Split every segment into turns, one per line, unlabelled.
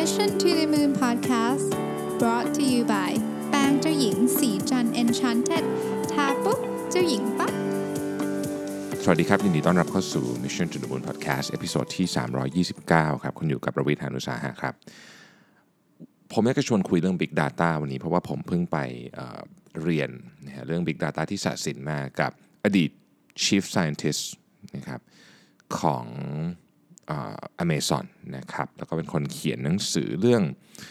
Mission to the Moon Podcast brought to you by แป้งเจ้าหญิงสีจัน Enchanted ทาปุ๊บเจ้าหญิงปั๊บ
สวัสดีครับยินดีต้อนรับเข้าสู่ Mission to the Moon Podcast เอพิโซดที่329ครับคุณอยู่กับประวิทย์ หาญอุตสาหะครับผมอยากจะชวนคุยเรื่อง Big Data วันนี้เพราะว่าผมเพิ่งไปเรียนนะเรื่อง Big Data ที่ศาสินมากับอดีต Chief Scientist นะครับของAmazon นะครับแล้วก็เป็นคนเขียนหนังสือเรื่อง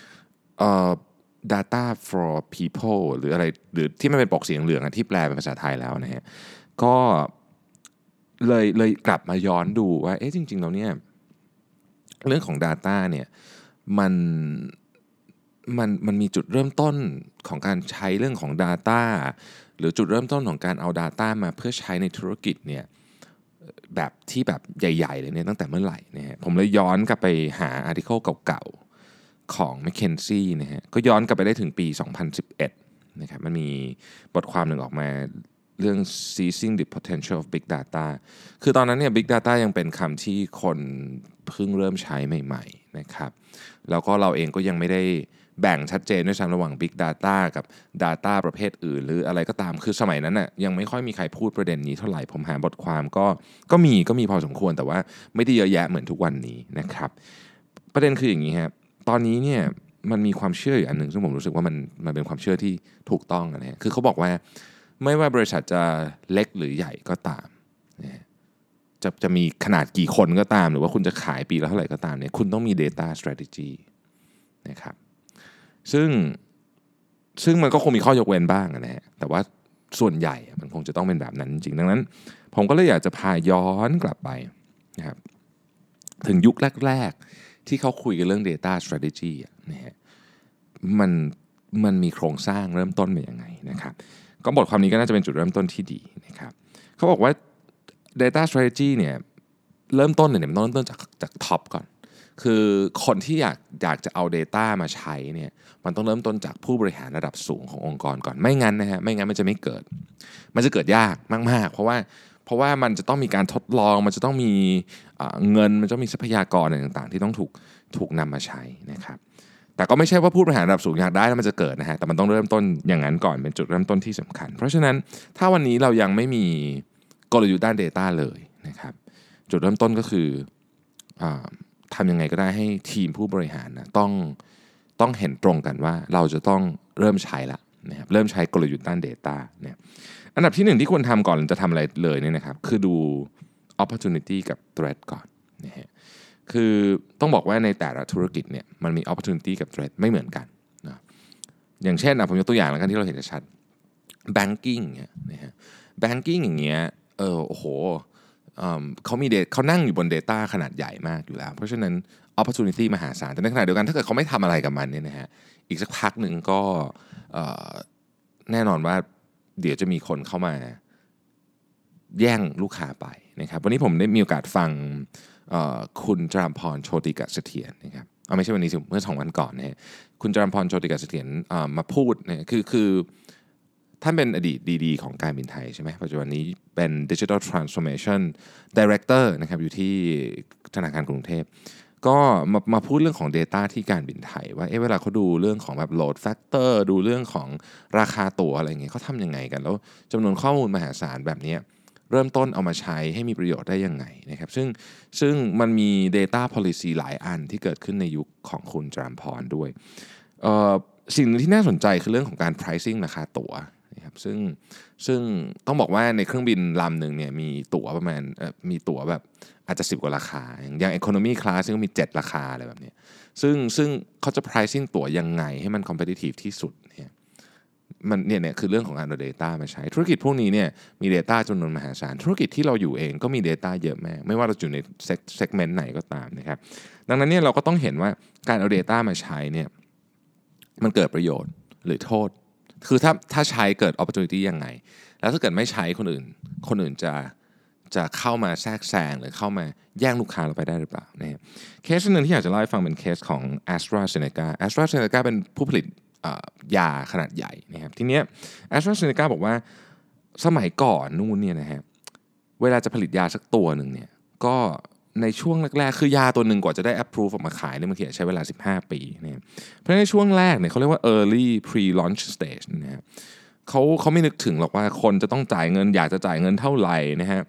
data for people หรืออะไรหรือที่มันเป็นปกสีเหลืองๆที่แปลเป็นภาษาไทยแล้วนะฮะก็เลยกลับมาย้อนดูว่าจริงๆแล้วเนี่ยเรื่องของ data เนี่ยมันมีจุดเริ่มต้นของการใช้เรื่องของ data หรือจุดเริ่มต้นของการเอา data มาเพื่อใช้ในธุรกิจเนี่ยแบบที่แบบใหญ่ๆเลยเนี่ยตั้งแต่เมื่อไหร่นะฮะผมเลยย้อนกลับไปหาอาร์ติเคิลเก่าๆของ McKinsey นะฮะก็ย้อนกลับไปได้ถึงปี 2011 นะครับมันมีบทความหนึ่งออกมาเรื่อง seizing the potential of big data คือตอนนั้นเนี่ย big data ยังเป็นคำที่คนเพิ่งเริ่มใช้ใหม่ๆนะครับแล้วก็เราเองก็ยังไม่ได้แบ่งชัดเจนด้วยซ้ำระหว่าง big data กับ data ประเภทอื่นหรืออะไรก็ตามคือสมัยนั้นน่ะยังไม่ค่อยมีใครพูดประเด็นนี้เท่าไหร่ผมหาบทความก็มีพอสมควรแต่ว่าไม่ได้เยอะแยะเหมือนทุกวันนี้นะครับประเด็นคืออย่างนี้ครับตอนนี้เนี่ยมันมีความเชื่ออยู่อันหนึ่งซึ่งผมรู้สึกว่ามันเป็นความเชื่อที่ถูกต้องนะฮะคือเขาบอกว่าไม่ว่าบริษัทจะเล็กหรือใหญ่ก็ตามจะมีขนาดกี่คนก็ตามหรือว่าคุณจะขายปีละเท่าไหร่ก็ตามเนี่ยคุณต้องมี data strategy นะครับซึ่งมันก็คงมีข้อยกเว้นบ้างนะฮะแต่ว่าส่วนใหญ่มันคงจะต้องเป็นแบบนั้นจริงดังนั้นผมก็เลยอยากจะพาย้อนกลับไปนะครับถึงยุคแรกๆที่เขาคุยกันเรื่อง data strategy นะฮะมันมีโครงสร้างเริ่มต้นเป็นยังไงนะครับก็บทความนี้ก็น่าจะเป็นจุดเริ่มต้นที่ดีนะครับเขาบอกว่า data strategy เนี่ยเริ่มต้นเนี่ยมันต้องเริ่มต้นจากท็อปก่อนคือคนที่อยากจะเอา data มาใช้เนี่ยมันต้องเริ่มต้นจากผู้บริหารระดับสูงขององค์กรก่อนไม่งั้นนะฮะไม่งั้นมันจะไม่เกิดมันจะเกิดยากมากๆเพราะว่ามันจะต้องมีการทดลองมันจะต้องมีเงินมันจะต้องมีทรัพยากรอะไรต่างๆที่ต้องถูกนำมาใช้นะครับแต่ก็ไม่ใช่ว่าผู้บริหารระดับสูงอยากได้แล้วมันจะเกิดนะฮะแต่มันต้องเริ่มต้นอย่างนั้นก่อนเป็นจุดเริ่มต้นที่สำคัญเพราะฉะนั้นถ้าวันนี้เรายังไม่มีกลยุทธ์ด้าน data เลยนะครับจุดเริ่มต้นก็คือทำยังไงก็ได้ให้ทีมผู้บริหารนะต้องเห็นตรงกันว่าเราจะต้องเริ่มใช้ละนะครับเริ่มใช้กลยุทธ์ด้าน data เนี่ยอันดับที่1ที่ควรทำก่อนจะทำอะไรเลยเนี่ยนะครับคือดู opportunity กับ threat ก่อนนะฮะคือต้องบอกว่าในแต่ละธุรกิจเนี่ยมันมี opportunity กับ threat ไม่เหมือนกันนะอย่างเช่นผมยกตัวอย่างแล้วกันที่เราเห็นชัด banking เนี่ยนะฮะ banking อย่างเงี้ยโอ้โหเขานั่งอยู่บน data ขนาดใหญ่มากอยู่แล้วเพราะฉะนั้น opportunity มหาศาลแต่ในขณะเดียวกันถ้าเกิดเขาไม่ทำอะไรกับมันเนี่ยนะฮะอีกสักพักหนึ่งก็แน่นอนว่าเดี๋ยวจะมีคนเข้ามาแย่งลูกค้าไปนะครับวันนี้ผมได้มีโอกาสฟังคุณจรัมพรโชติกเสถียรนะครับไม่ใช่วันนี้สิเมื่อ2 วันก่อนนะฮะคุณจรัมพรโชติกเสถียรมาพูดเนี่ยคือท่านเป็นอดีตดีของการบินไทยใช่ไหมปัจจุบันนี้เป็น Digital Transformation Director นะครับอยู่ที่ธนาคารกรุงเทพก็มาพูดเรื่องของ data ที่การบินไทยว่าเวลาเขาดูเรื่องของแบบ load factor ดูเรื่องของราคาตั๋วอะไรเงี้ยเขาทำยังไงกันแล้วจำนวนข้อมูลมหาศาลแบบนี้เริ่มต้นเอามาใช้ให้มีประโยชน์ได้ยังไงนะครับซึ่งมันมี data policy หลายอันที่เกิดขึ้นในยุคของคุณจรัมพรด้วยสิ่งที่น่าสนใจคือเรื่องของการ pricing ราคาตั๋วนะครับซึ่งต้องบอกว่าในเครื่องบินลำหนึ่งเนี่ยมีตั๋วประมาณมีตั๋วแบบอาจจะ10 กว่าราคาอย่าง economy class ซึ่งมี7 ราคาอะไรแบบนี้ซึ่งเขาจะ pricing ตั๋วยังไงให้มัน competitive ที่สุดเนี่ยมันเนี่ยคือเรื่องของการเอา data มาใช้ธุรกิจพวกนี้เนี่ยมี data จำนวนมหาศาลธุรกิจที่เราอยู่เองก็มี data เยอะมากไม่ว่าเราอยู่ใน segment ไหนก็ตามนะครับดังนั้นเนี่ยเราก็ต้องเห็นว่าการเอา data มาใช้เนี่ยมันเกิดประโยชน์หรือโทษคือถ้าใช้เกิด opportunity ยังไงแล้วถ้าเกิดไม่ใช้คนอื่นจะเข้ามาแทรกแซงหรือเข้ามาแย่งลูกค้าเราไปได้หรือเปล่านะครับเคสนึงที่อยากจะเล่าให้ฟังเป็นเคสของ AstraZeneca เป็นผู้ผลิตยาขนาดใหญ่นะครับทีเนี้ย AstraZeneca บอกว่าสมัยก่อนนู่นเนี่ยนะฮะเวลาจะผลิตยาสักตัวหนึ่งเนี่ยก็ในช่วงแรกๆคือยาตัวหนึ่งกว่าจะได้ approve ออกมาขายเนี่ยบางทีใช้เวลา15 ปีนะเพราะในช่วงแรกเนี่ยเขาเรียกว่า early pre-launch stage นะฮะเขาไม่นึกถึงหรอกว่าคนจะต้องจ่ายเงินอยากจะจ่ายเงินเท่าไหร่นะฮะ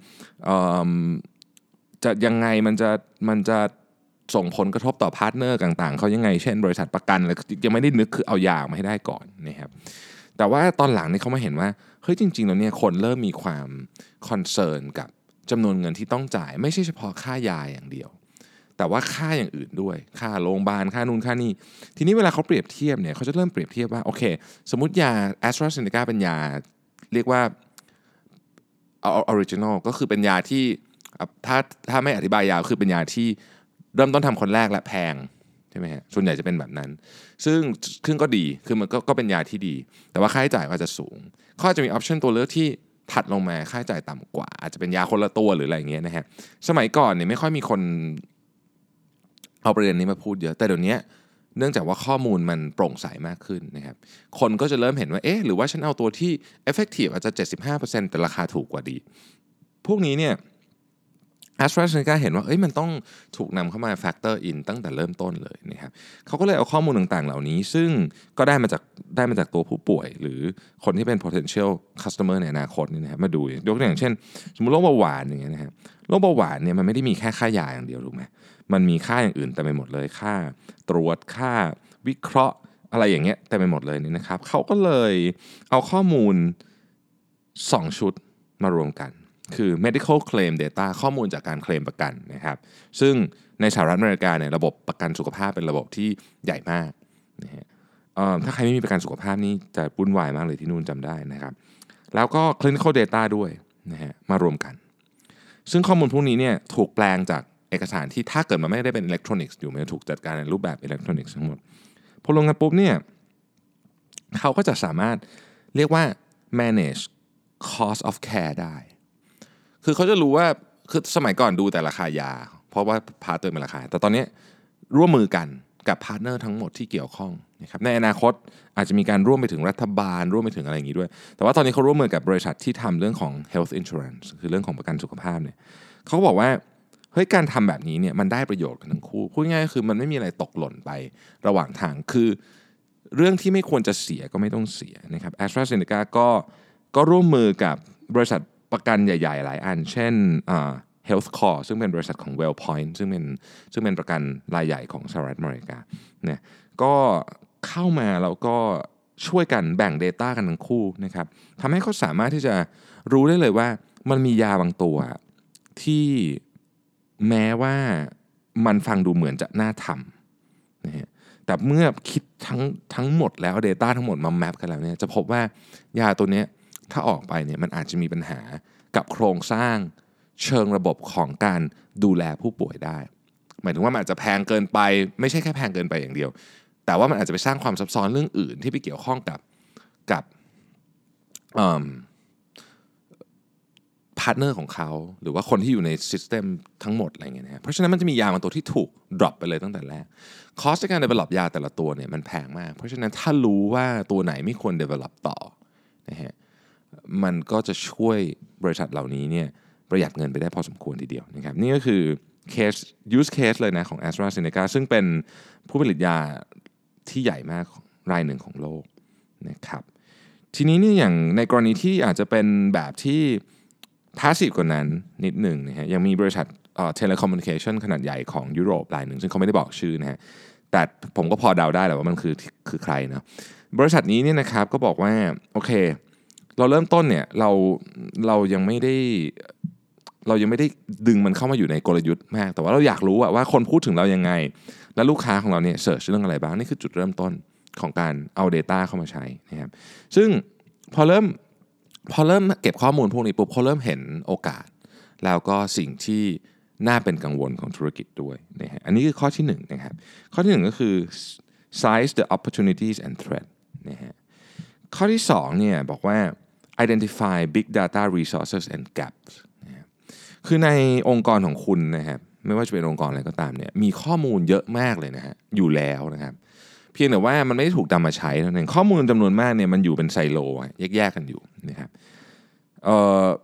จะยังไงมันจะส่งผลกระทบต่อพาร์ทเนอร์ต่างๆเขายังไงเช่นบริษัทประกันอะไรยังไม่ได้นึกคือเอายามาให้ได้ก่อนนะครับแต่ว่าตอนหลังนี่เขามาเห็นว่าเฮ้ยจริงๆแล้วเนี่ยคนเริ่มมีความคอนเซิร์นกับจำนวนเงินที่ต้องจ่ายไม่ใช่เฉพาะค่ายาอย่างเดียวแต่ว่าค่าอย่างอื่นด้วยค่าโรงพยาบาลค่านู่นค่านี่ทีนี้เวลาเขาเปรียบเทียบเนี่ยเขาจะเริ่มเปรียบเทียบว่าโอเคสมมุติยา AstraZeneca เป็นยาเรียกว่าออริจินอลก็คือเป็นยาที่ถ้าไม่อธิบายยาวคือเป็นยาที่เริ่มต้นทำคนแรกและแพงใช่ไหมฮะส่วนใหญ่จะเป็นแบบนั้นซึ่งก็ดีคือมันก็เป็นยาที่ดีแต่ว่าค่าใช้จ่ายก็จะสูงเขาจะมีออปชันตัวเลือกที่ถัดลงมาค่าใช้จ่ายต่ำกว่าอาจจะเป็นยาคนละตัวหรืออะไรอย่างเงี้ยนะฮะสมัยก่อนเนี่ยไม่ค่อยมีคนเอาประเด็นนี้มาพูดเยอะแต่เดี๋ยวนี้เนื่องจากว่าข้อมูลมันโปร่งใสมากขึ้นนะครับคนก็จะเริ่มเห็นว่าหรือว่าฉันเอาตัวที่ effective อาจจะ 75% แต่ราคาถูกกว่าดีพวกนี้เนี่ยAstraZeneca เห็นว่ามันต้องถูกนำเข้ามา factor in ตั้งแต่เริ่มต้นเลยนะครับเขาก็เลยเอาข้อมูลต่างๆเหล่านี้ซึ่งก็ได้มาจากตัวผู้ป่วยหรือคนที่เป็น potential customer ในอนาคตนี่นะครับมาดูยกตัวอย่างเช่นสมมุติโรคเบาหวานอย่างเงี้ยนะครับโรคเบาหวานเนี่ยมันไม่ได้มีแค่ค่ายาอย่างเดียวถูกไหมมันมีค่าอย่างอื่นเต็มไปหมดเลยค่าตรวจค่าวิเคราะห์อะไรอย่างเงี้ยเต็มไปหมดเลยนี่นะครับเขาก็เลยเอาข้อมูล2ชุดมารวมกันคือ medical claim data ข้อมูลจากการเคลมประกันนะครับซึ่งในสหรัฐอเมริกาเนี่ยระบบประกันสุขภาพเป็นระบบที่ใหญ่มากนะฮะถ้าใครไม่มีประกันสุขภาพนี่จะวุ่นวายมากเลยที่นู่นจำได้นะครับแล้วก็ clinical data ด้วยนะฮะมารวมกันซึ่งข้อมูลพวกนี้เนี่ยถูกแปลงจากเอกสารที่ถ้าเกิดมันไม่ได้เป็นอิเล็กทรอนิกส์อยู่มันจะถูกจัดการในรูปแบบอิเล็กทรอนิกส์ทั้งหมดพอลงกันปุ๊บเนี่ยเขาก็จะสามารถเรียกว่า manage cost of care ได้คือเขาจะรู้ว่าคือสมัยก่อนดูแต่ราคายาเพราะว่าพาร์ทเตอร์เป็นราคาแต่ตอนนี้ร่วมมือกันกับพาร์ทเนอร์ทั้งหมดที่เกี่ยวข้องนะครับในอนาคตอาจจะมีการร่วมไปถึงรัฐบาลร่วมไปถึงอะไรอย่างนี้ด้วยแต่ว่าตอนนี้เขาร่วมมือกับบริษัทที่ทำเรื่องของ health insurance คือเรื่องของประกันสุขภาพเนี่ยเขาบอกว่าเฮ้ยการทำแบบนี้เนี่ยมันได้ประโยชน์กันทั้งคู่พูดง่ายๆคือมันไม่มีอะไรตกหล่นไประหว่างทางคือเรื่องที่ไม่ควรจะเสียก็ไม่ต้องเสียนะครับ AstraZeneca ก็ร่วมมือกับบริษัทประกันใหญ่ๆหลายอันเช่นHealthcore ซึ่งเป็นบริษัทของ Wellpoint ซึ่งเป็นประกันรายใหญ่ของสหรัฐอเมริกาเนี่ยก็เข้ามาแล้วก็ช่วยกันแบ่ง Data กันทั้งคู่นะครับทำให้เขาสามารถที่จะรู้ได้เลยว่ามันมียาบางตัวที่แม้ว่ามันฟังดูเหมือนจะน่าทำนะฮะแต่เมื่อคิดทั้งหมดแล้ว Data ทั้งหมดมาแมปกันแล้วเนี่ยจะพบว่ายาตัวนี้ถ้าออกไปเนี่ยมันอาจจะมีปัญหากับโครงสร้างเชิงระบบของการดูแลผู้ป่วยได้หมายถึงว่ามันอาจจะแพงเกินไปไม่ใช่แค่แพงเกินไปอย่างเดียวแต่ว่ามันอาจจะไปสร้างความซับซ้อนเรื่องอื่นที่ไปเกี่ยวข้องกับพาร์ทเนอร์ของเขาหรือว่าคนที่อยู่ในซิสเต็มทั้งหมดอะไรเงี้ยนะเพราะฉะนั้นมันจะมียาบางตัวที่ถูก drop ไปเลยตั้งแต่แรกคอสในการ develop ยาแต่ละตัวเนี่ยมันแพงมากเพราะฉะนั้นถ้ารู้ว่าตัวไหนไม่ควร develop ต่อนะฮะมันก็จะช่วยบริษัทเหล่านี้เนี่ยประหยัดเงินไปได้พอสมควรทีเดียวนะครับนี่ก็คือuse case เลยนะของ AstraZeneca ซึ่งเป็นผู้ผลิตยาที่ใหญ่มากรายหนึ่งของโลกนะครับทีนี้นี่อย่างในกรณีที่อาจจะเป็นแบบที่passive กว่านั้นนิดหนึ่งนะฮะยังมีบริษัทtelecommunication ขนาดใหญ่ของยุโรปรายหนึ่งซึ่งเขาไม่ได้บอกชื่อนะฮะแต่ผมก็พอเดาได้แหละว่ามันคือใครนะบริษัทนี้เนี่ยนะครับก็บอกว่าโอเคเราเริ่มต้นเนี่ยเรายังไม่ได้ดึงมันเข้ามาอยู่ในกลยุทธ์มากแต่ว่าเราอยากรู้ว่าคนพูดถึงเรายังไงและลูกค้าของเราเนี่ยเสิร์ชเรื่องอะไรบ้างนี่คือจุดเริ่มต้นของการเอา Data เข้ามาใช้นะครับซึ่งพอเริ่มเก็บข้อมูลพวกนี้ปุ๊บเขาเริ่มเห็นโอกาสแล้วก็สิ่งที่น่าเป็นกังวลของธุรกิจด้วยนะฮะอันนี้คือข้อที่1นะครับข้อที่1ก็คือ size the opportunities and threat นะฮะข้อที่2เนี่ยบอกว่า identify big data resources and gaps นะคือในองค์กรของคุณนะครับไม่ว่าจะเป็นองค์กรอะไรก็ตามเนี่ยมีข้อมูลเยอะมากเลยนะฮะอยู่แล้วนะครับเพียงแต่ว่ามันไม่ได้ถูกนำมาใช้นั่นเองข้อมูลจำนวนมากเนี่ยมันอยู่เป็นไซโลแยกกันอยู่นะครับ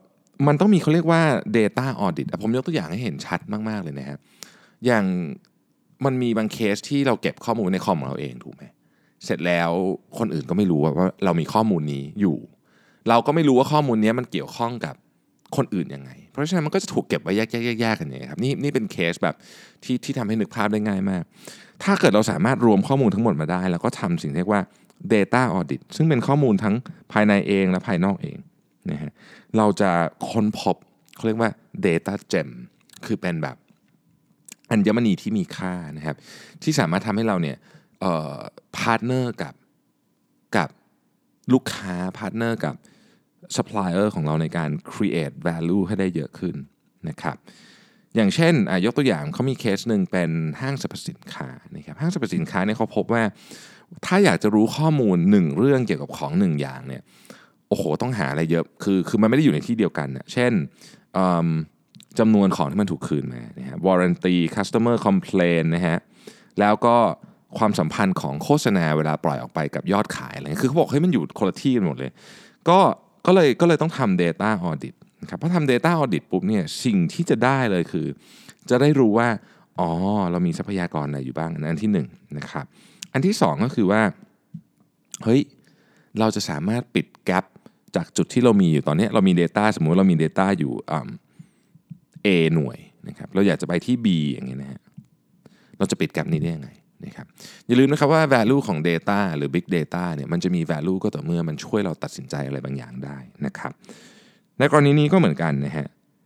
มันต้องมีเขาเรียกว่า data audit ผมยกตัวอย่างให้เห็นชัดมากๆเลยนะครับอย่างมันมีบางเคสที่เราเก็บข้อมูลในคอมของเราเองถูกไหมเสร็จแล้วคนอื่นก็ไม่รู้ว่าเรามีข้อมูลนี้อยู่เราก็ไม่รู้ว่าข้อมูลนี้มันเกี่ยวข้องกับคนอื่นยังไงเพราะฉะนั้นมันก็จะถูกเก็บไว้แยกกันอย่างนี้ครับนี่เป็นเคสแบบที่ทำให้นึกภาพได้ง่ายมากถ้าเกิดเราสามารถรวมข้อมูลทั้งหมดมาได้แล้วก็ทำสิ่งที่เรียกว่า data audit ซึ่งเป็นข้อมูลทั้งภายในเองและภายนอกเองนะฮะเราจะค้นพบเขาเรียกว่า data gem คือเป็นแบบอัญมณีที่มีค่านะครับที่สามารถทำให้เราเนี่ยพาร์ทเนอร์กับลูกค้าพาร์ทเนอร์กับซัพพลายเออร์ของเราในการ create value ให้ได้เยอะขึ้นนะครับอย่างเช่นยกตัวอย่างเขามีเคสหนึ่งเป็นห้างสรรพสินค้านะครับห้างสรรพสินค้าเนี่ยเขาพบว่าถ้าอยากจะรู้ข้อมูล1เรื่องเกี่ยวกับของ1อย่างเนี่ยโอ้โหต้องหาอะไรเยอะคือมันไม่ได้อยู่ในที่เดียวกันนะเช่นจำนวนของที่มันถูกคืนมานะฮะ warranty customer complaint นะฮะแล้วก็ความสัมพันธ์ของโฆษณาเวลาปล่อยออกไปกับยอดขายอะไรคือเขาบอกเฮ้ยมันอยู่คนละที่กันหมดเลยก็เลยต้องทำ data audit นะครับพอทำ data audit ปุ๊บเนี่ยสิ่งที่จะได้เลยคือจะได้รู้ว่าอ๋อเรามีทรัพยากรอะไรอยู่บ้างอันที่1นะครับอันที่2ก็คือว่าเฮ้ยเราจะสามารถปิดแกปจากจุดที่เรามีอยู่ตอนนี้เรามี data สมมุติเรามี data อยู่A หน่วยนะครับเราอยากจะไปที่ B อย่างเงี้ยนะฮะเราจะปิดแกปนี้ได้ยังไงนะครับอย่าลืมนะครับว่า value ของ data หรือ big data เนี่ยมันจะมี value ก็ต่อเมื่อมันช่วยเราตัดสินใจอะไรบางอย่างได้นะครับในกรณีนี้ก็เหมือนกันนะฮะ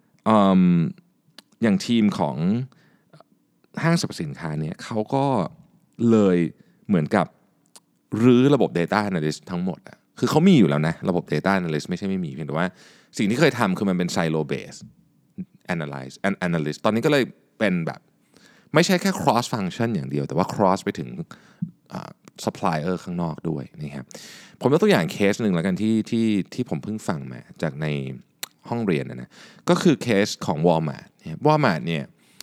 อย่างทีมของห้างสรรพสินค้าเนี่ยเขาก็เลยเหมือนกับรื้อระบบ data analyst ทั้งหมดอะคือเขามีอยู่แล้วนะระบบ data analyst ไม่ใช่ไม่มีเพียงแต่ว่าสิ่งที่เคยทำคือมันเป็น silo based analyst ตอนนี้ก็เลยเป็นแบบไม่ใช่แค่ cross function อย่างเดียวแต่ว่า cross ไปถึงsupplier ข้างนอกด้วยนะครับผมยกตัวอย่างเคสหนึ่งแล้วกันที่ผมเพิ่งฟังมาจากในห้องเรียนนะก็คือเคสของ Walmart เนี่ย Walmart เนี่ย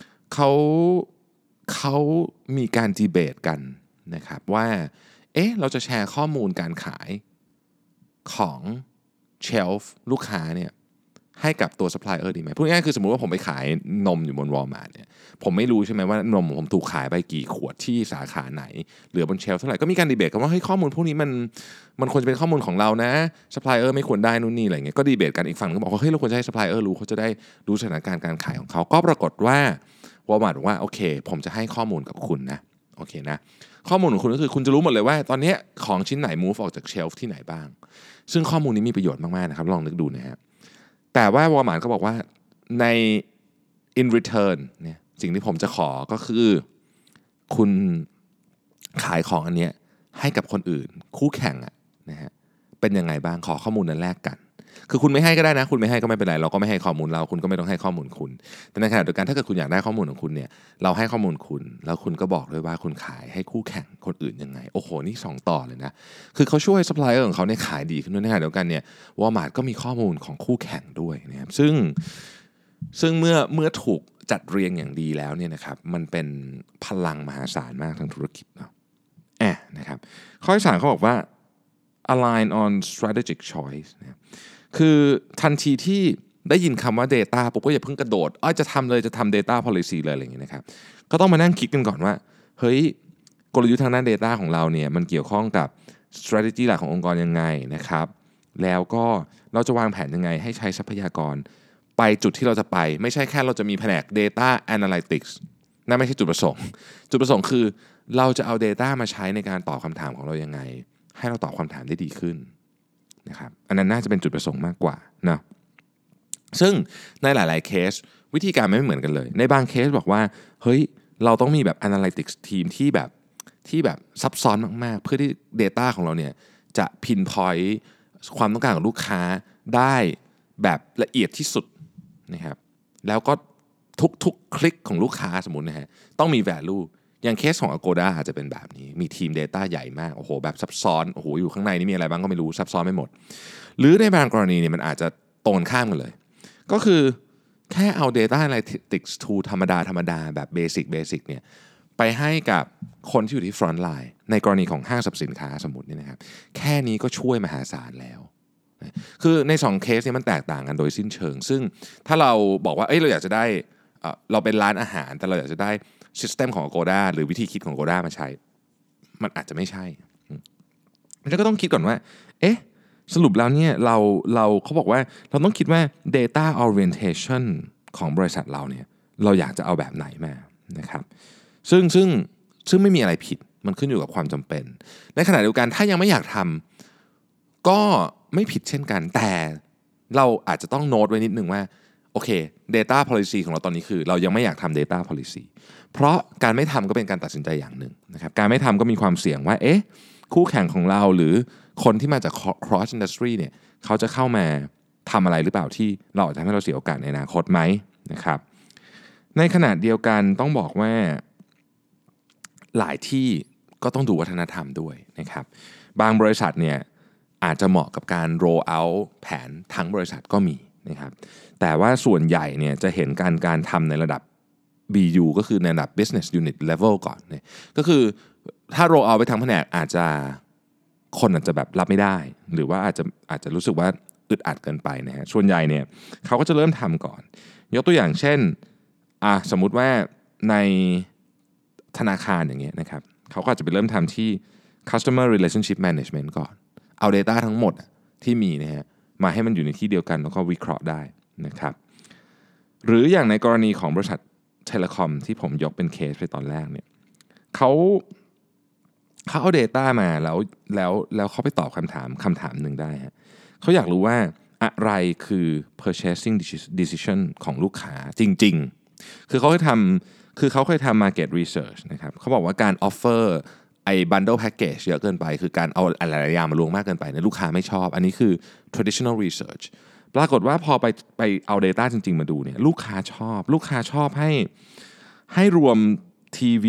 เขามีการดีเบตกันนะครับว่าเราจะแชร์ข้อมูลการขายของเชลฟ์ลูกค้าเนี่ยให้กับตัวซัพพลายเออร์ดีไหมพูดง่ายๆคือสมมุติว่าผมไปขายนมอยู่บน Walmart เนี่ยผมไม่รู้ใช่ไหมว่านมผมถูกขายไปกี่ขวดที่สาขาไหนเหลือบนเชลฟ์เท่าไหร่ก็มีการดีเบตกันว่าเฮ้ยข้อมูลพวกนี้มันควรจะเป็นข้อมูลของเรานะซัพพลายเออร์ไม่ควรได้นู่นนี่อะไรเงี้ยก็ดีเบตกันอีกฝั่งนึงบอกว่าเฮ้ยเราควรจะให้ซัพพลายเออร์รู้เขาจะได้รู้สถานการณ์การขายของเขาก็ปรากฏว่า Walmart บอกว่าโอเคผมจะให้ข้อมูลกับคุณนะโอเคนะข้อมูลของคุณก็คือคุณจะรู้หมดเลยว่าตอนนี้ของชิ้นไหน move ออกจากเชลฟ์ที่ไหนบ้างซึ่งข้อมูลนี้มีประโยชน์มากๆนะครับลองนึกดูนะฮะแต่ว่า Walmart ก็บอกว่าใน in return เนี่ยสิ่งที่ผมจะขอก็คือคุณขายของอันเนี้ยให้กับคนอื่นคู่แข่งนะฮะเป็นยังไงบ้างขอข้อมูลนั้นแลกกันคือคุณไม่ให้ก็ได้นะคุณไม่ให้ก็ไม่เป็นไรเราก็ไม่ให้ข้อมูลเราคุณก็ไม่ต้องให้ข้อมูลคุณแต่ในขณะเดียวกันถ้าเกิดคุณอยากได้ข้อมูลของคุณเนี่ยเราให้ข้อมูลคุณแล้วคุณก็บอกด้วยว่าคุณขายให้คู่แข่งคนอื่นยังไงโอ้โหนี่2ต่อเลยนะคือเขาช่วยซัพพลายเออร์ของเขาเนี่ยขายดีขึ้นด้วยในขณะเดียวกันเนี่ยวอลมาร์ทก็มีข้อมูลของคู่แข่งด้วยนะครับซึ่งเมื่อถูกจัดเรียงอย่างดีแล้วเนี่ยนะครับมันเป็นพลังมหาศาลมากทางธุรกิจเนาะนะครับข้อที่3เขาบอกว่า align on strategic choice นะคือทันทีที่ได้ยินคำว่า data ปุ๊บก็อย่าเพิ่งกระโดดจะทำ data policy เลยอะไรอย่างเงี้ยนะครับก็ต้องมานั่งคิดกันก่อนว่าเฮ้ยกลยุทธ์ทางด้าน data ของเราเนี่ยมันเกี่ยวข้องกับ strategy หลักขององค์กรยังไงนะครับแล้วก็เราจะวางแผนยังไงให้ใช้ทรัพยากรไปจุดที่เราจะไปไม่ใช่แค่เราจะมีแผนก data analytics นั่นไม่ใช่จุดประสงค์จุดประสงค์คือเราจะเอา data มาใช้ในการตอบคำถามของเรายังไงให้เราตอบคำถามได้ดีขึ้นนะครับอันนั้นน่าจะเป็นจุดประสงค์มากกว่านะซึ่งในหลายๆเคสวิธีการไม่เหมือนกันเลยในบางเคสบอกว่าเฮ้ยเราต้องมีแบบ analytics team ที่แบบซับซ้อนมากๆเพื่อที่ data ของเราเนี่ยจะ pinpoint ความต้องการของลูกค้าได้แบบละเอียดที่สุดนะครับแล้วก็ทุกคลิกของลูกค้าสมมุตินะฮะต้องมี value อย่างเคสของ Agoda อาจจะเป็นแบบนี้มีทีม data ใหญ่มากโอ้โหแบบซับซ้อนโอ้โหอยู่ข้างในนี่มีอะไรบ้างก็ไม่รู้ซับซ้อนไม่หมดหรือในบางกรณีเนี่ยมันอาจจะตรงข้ามกันเลยก็คือแค่เอา data analytics tool ธรรมดาแบบเบสิกเนี่ยไปให้กับคนที่อยู่ที่ front line ในกรณีของห้างสรรพสินค้าสมมุตินี่นะครับแค่นี้ก็ช่วยมหาศาลแล้วคือใน2เคสเนี่ยมันแตกต่างกันโดยสิ้นเชิงซึ่งถ้าเราบอกว่าเราอยากจะได้เราเป็นร้านอาหารแต่เราอยากจะได้ซิสเต็มของ Agoda หรือวิธีคิดของ Agoda มาใช้มันอาจจะไม่ใช่แล้วก็ต้องคิดก่อนว่าสรุปแล้วเนี่ยเราเขาบอกว่าเราต้องคิดว่า data orientation ของบริษัทเราเนี่ยเราอยากจะเอาแบบไหนมานะครับซึ่งไม่มีอะไรผิดมันขึ้นอยู่กับความจำเป็นในขณะเดียวกันถ้ายังไม่อยากทำก็ไม่ผิดเช่นกันแต่เราอาจจะต้องโน้ตไว้นิดนึงว่าโอเค data policy ของเราตอนนี้คือเรายังไม่อยากทำ data policy เพราะการไม่ทำก็เป็นการตัดสินใจอย่างหนึ่งนะครับการไม่ทำก็มีความเสี่ยงว่าคู่แข่งของเราหรือคนที่มาจาก cross industry เนี่ยเขาจะเข้ามาทำอะไรหรือเปล่าที่เราอาจจะทำให้เราเสียโอกาสในอนาคตไหมนะครับในขณะเดียวกันต้องบอกว่าหลายที่ก็ต้องดูวัฒนธรรมด้วยนะครับบางบริษัทเนี่ยอาจจะเหมาะกับการ roll out แผนทั้งบริษัทก็มีนะครับแต่ว่าส่วนใหญ่เนี่ยจะเห็นการทำในระดับ BU ก็คือในระดับ business unit level ก่อนเนี่ยก็คือถ้า roll out ไปทั้งแผนกอาจจะแบบรับไม่ได้หรือว่าอาจจะรู้สึกว่าอึดอัดเกินไปนะฮะส่วนใหญ่เนี่ยเขาก็จะเริ่มทำก่อนยกตัวอย่างเช่นสมมุติว่าในธนาคารอย่างเงี้ยนะครับเขาก็อาจจะไปเริ่มทำที่ customer relationship management ก่อนเอา data ทั้งหมดที่มีนะฮะมาให้มันอยู่ในที่เดียวกันแล้วก็วิเคราะห์ได้นะครับหรืออย่างในกรณีของบริษัทเทเลคอมที่ผมยกเป็นเคสไปตอนแรกเนี่ยเขาเอา data มาแล้วเขาไปตอบคำถามหนึ่งได้ฮะเขาอยากรู้ว่าอะไรคือ purchasing decision ของลูกค้าจริงๆคือเขาเคยทำ market research นะครับเขาบอกว่าการ offer bundle package เยอะเกินไปคือการเอาอะไรหลายอย่างมารวมมากเกินไปเนี่ยลูกค้าไม่ชอบอันนี้คือ traditional research ปรากฏว่าพอไปเอา data จริงๆมาดูเนี่ยลูกค้าชอบให้รวมทีวี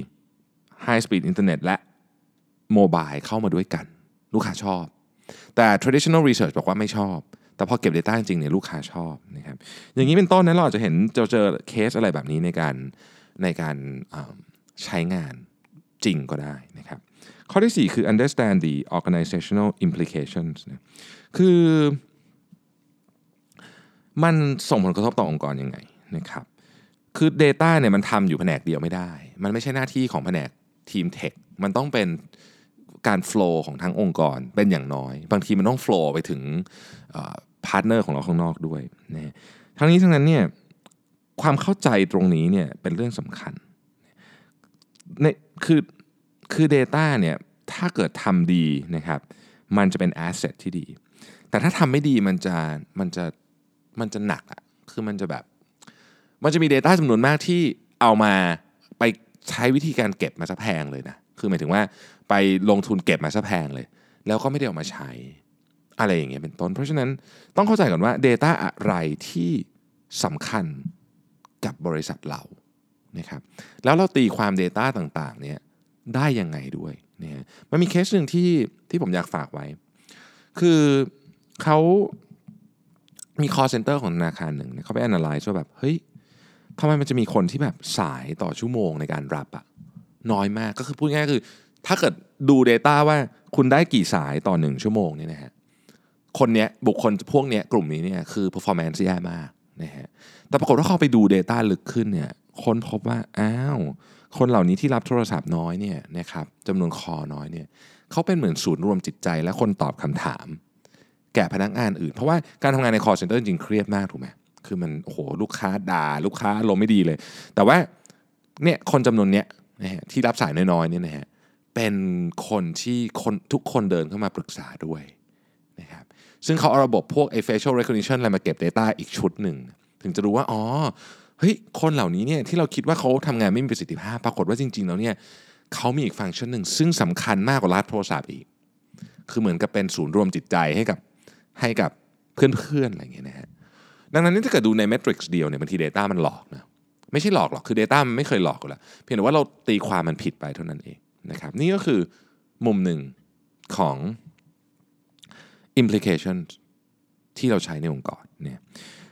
high speed internet และโมบายเข้ามาด้วยกันลูกค้าชอบแต่ traditional research บอกว่าไม่ชอบแต่พอเก็บ data จริงๆเนี่ยลูกค้าชอบนะครับอย่างนี้เป็นต้นนั้นเราอาจจะเห็นเจอเคสอะไรแบบนี้ในการใช้งานจริงก็ได้นะครับข้อที่4คือ understand the organizational implications นะคือมันส่งผลกระทบต่อองค์กรยังไงนะครับคือ data เนี่ยมันทำอยู่แผนกเดียวไม่ได้มันไม่ใช่หน้าที่ของแผนกทีมเทคมันต้องเป็นการโฟลว์ของทั้งองค์กรเป็นอย่างน้อยบางทีมันต้องโฟลว์ไปถึงพาร์ทเนอร์ของเราข้างนอกด้วยนะทั้งนี้ทั้งนั้นเนี่ยความเข้าใจตรงนี้เนี่ยเป็นเรื่องสำคัญคือ data เนี่ยถ้าเกิดทำดีนะครับมันจะเป็น asset ที่ดีแต่ถ้าทำไม่ดีมันจะหนักอ่ะคือมันจะมี data จำนวนมากที่เอามาไปใช้วิธีการเก็บมาซะแพงเลยนะคือหมายถึงว่าไปลงทุนเก็บมาซะแพงเลยแล้วก็ไม่ได้เอามาใช้อะไรอย่างเงี้ยเป็นต้นเพราะฉะนั้นต้องเข้าใจก่อนว่า data อะไรที่สำคัญกับบริษัทเรานะครับแล้วเราตีความ data ต่างๆเนี่ยได้ยังไงด้วยเนี่ยมันมีเคสหนึ่งที่ผมอยากฝากไว้คือเขามี call center ของธนาคารหนึ่งเขาไป analyze ว่าแบบเฮ้ยทำไมมันจะมีคนที่แบบสายต่อชั่วโมงในการรับอะน้อยมากก็คือพูดง่ายๆคือถ้าเกิดดู data ว่าคุณได้กี่สายต่อ1ชั่วโมงเนี่ยนะฮะคนเนี้ยบุคคลพวกเนี้ยกลุ่มนี้เนี่ยคือ performance แย่มากนะฮะแต่ปรากฏว่าเขาไปดู data ลึกขึ้นเนี่ยค้นพบว่าคนเหล่านี้ที่รับโทรศัพท์น้อยเนี่ยนะครับจำนวนคอน้อยเนี่ยเขาเป็นเหมือนศูนย์รวมจิตใจและคนตอบคำถามแก่พนักงานอื่นเพราะว่าการทำงานใน call center จริงๆเครียดมากถูกไหมคือมันโอ้โหลูกค้าด่าลูกค้าอารมณ์ไม่ดีเลยแต่ว่าเนี่ยคนจำนวนเนี้ยนะฮะที่รับสายน้อยๆเนี่ยนะฮะเป็นคนที่ทุกคนเดินเข้ามาปรึกษาด้วยนะครับซึ่งเขาเอาระบบพวกfacial recognition อะไรมาเก็บ data อีกชุดหนึ่งถึงจะรู้ว่าเฮ้ยคนเหล่านี้เนี่ยที่เราคิดว่าเขาทำงานไม่มีประสิทธิภาพปรากฏว่าจริงๆแล้วเนี่ยเขามีอีกฟังก์ชันหนึ่งซึ่งสำคัญมากกว่ารับโทรศัพท์อีกคือเหมือนกับเป็นศูนย์รวมจิตใจให้กับเพื่อนๆอะไรอย่างเงี้ยนะฮะดังนั้นถ้าเกิดดูในเมทริกซ์เดียวเนี่ยบางที data มันหลอกนะไม่ใช่หลอกหรอกคือ data มันไม่เคยหลอกอยู่แล้วเพียงแต่ว่าเราตีความมันผิดไปเท่านั้นเองนะครับนี่ก็คือมุมหนึ่งของ implication ที่เราใช้ในองค์กรเนี่ย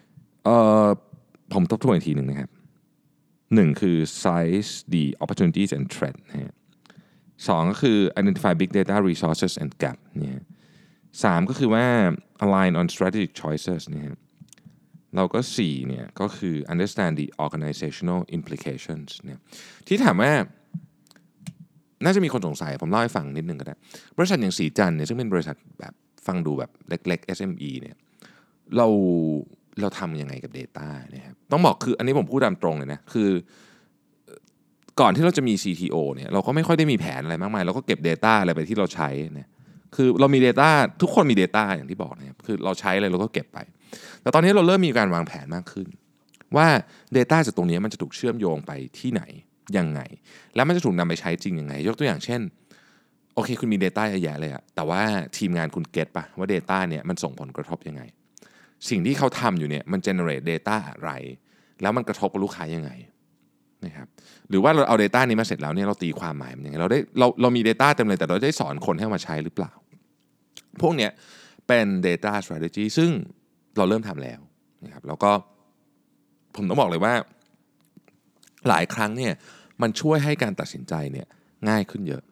ผมทบทวนอีกทีหนึ่งนะครับ1คือ size the opportunities and threat นะฮะ2ก็คือ identify big data resources and gap เนี่ย 3ก็คือว่า align on strategic choices นะครับเราก็4เนี่ยก็คือ understand the organizational implications เนี่ยที่ถามว่าน่าจะมีคนสงสัยผมเล่าให้ฟังนิดนึงก็ได้บริษัทอย่างสีจันทร์เนี่ยซึ่งเป็นบริษัทแบบฟังดูแบบเล็กๆ SME เนี่ยเราทำยังไงกับ Data นะครับต้องบอกคืออันนี้ผมพูดตามตรงเลยนะคือก่อนที่เราจะมี CTO เนี่ยเราก็ไม่ค่อยได้มีแผนอะไรมากมายเราก็เก็บ Data อะไรไปที่เราใช้นะคือเรามี Data ทุกคนมี Data อย่างที่บอกนะครับคือเราใช้อะไรเราก็เก็บไปแต่ตอนนี้เราเริ่มมีการวางแผนมากขึ้นว่า Data จากตรงนี้มันจะถูกเชื่อมโยงไปที่ไหนยังไงแล้วมันจะถูกนำไปใช้จริงยังไงยกตัวอย่างเช่นโอเคคุณมี Data เยอะแยะเลยอะแต่ว่าทีมงานคุณเก็ตปะว่า Data เนี่ยมันส่งผลกระทบยังไงสิ่งที่เขาทำอยู่เนี่ยมัน generate data อะไรแล้วมันกระทบกับลูกค้ายังไงนะครับหรือว่าเราเอา data นี้มาเสร็จแล้วเนี่ยเราตีความหมายมันยังไงเรามี data เต็มเลยแต่เราได้สอนคนให้มาใช้หรือเปล่าพวกเนี้ยเป็น data strategy ซึ่งเราเริ่มทำแล้วนะครับแล้วก็ผมต้องบอกเลยว่าหลายครั้งเนี่ยมันช่วยให้การตัดสินใจเนี่ยง่ายขึ้นเยอะ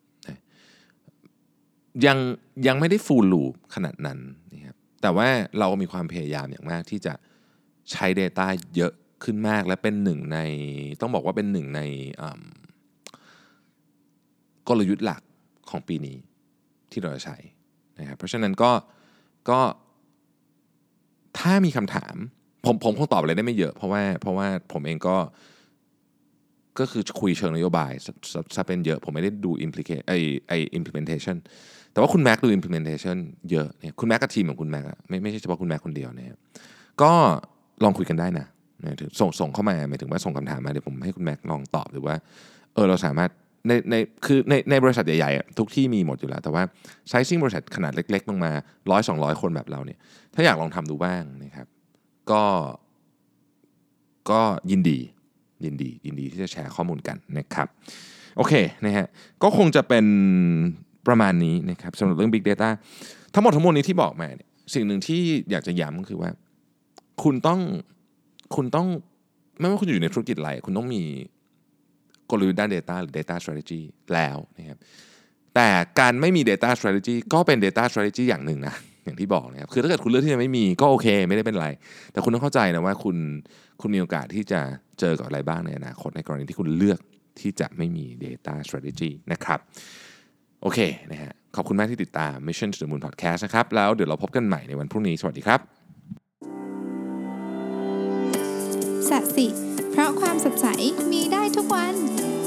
ยังไม่ได้ full loop ขนาดนั้นนะครับแต่ว่าเรามีความพยายามอย่างมากที่จะใช้ data เยอะขึ้นมากและเป็นหนึ่งในต้องบอกว่าเป็นหนึ่งในกลยุทธ์หลักของปีนี้ที่เราจะใช้นะครับเพราะฉะนั้นก็ถ้ามีคำถามผมคงตอบอะไรได้ไม่เยอะเพราะว่าผมเองก็คือคุยเชิงนโยบายซะเป็นเยอะผมไม่ได้ดู implementation แต่ว่าคุณแม็กดู implementation เยอะเนี่ยคุณแม็กกับทีมของคุณแม็กไม่ใช่เฉพาะคุณแม็กคนเดียวเนี่ยก็ลองคุยกันได้นะส่งเข้ามาหมายถึงว่าส่งคำถามมาเดี๋ยวผมให้คุณแม็กลองตอบหรือว่าเราสามารถในบริษัทใหญ่ๆทุกที่มีหมดอยู่แล้วแต่ว่าไซซิ่งบริษัทขนาดเล็กๆลงมา 100-200 คนแบบเราเนี่ยถ้าอยากลองทำดูบ้างนะครับก็ยินดีที่จะแชร์ข้อมูลกันนะครับโอเคนะฮะก็คงจะเป็นประมาณนี้นะครับสำหรับเรื่อง Big Data ทั้งหมดนี้ที่บอกมาเนี่ยสิ่งหนึ่งที่อยากจะย้ำก็คือว่าคุณต้องไม่ว่าคุณอยู่ในธุรกิจอะไรคุณต้องมีกลยุทธ์ด้าน Data หรือ Data Strategy แล้วนะครับแต่การไม่มี Data Strategy ก็เป็น Data Strategy อย่างหนึ่งนะอย่างที่บอกนะครับคือถ้าเกิดคุณเลือกที่จะไม่มีก็โอเคไม่ได้เป็นไรแต่คุณต้องเข้าใจนะว่าคุณมีโอกาสที่จะเจอกับอะไรบ้างในอนาคตในกรณีที่คุณเลือกที่จะไม่มี Data Strategy นะครับโอเคนะฮะขอบคุณมากที่ติดตาม Mission to the Moon Podcast นะครับแล้วเดี๋ยวเราพบกันใหม่ในวันพรุ่งนี้สวัสดีครับ
สัสิเพราะความสดใสมีได้ทุกวัน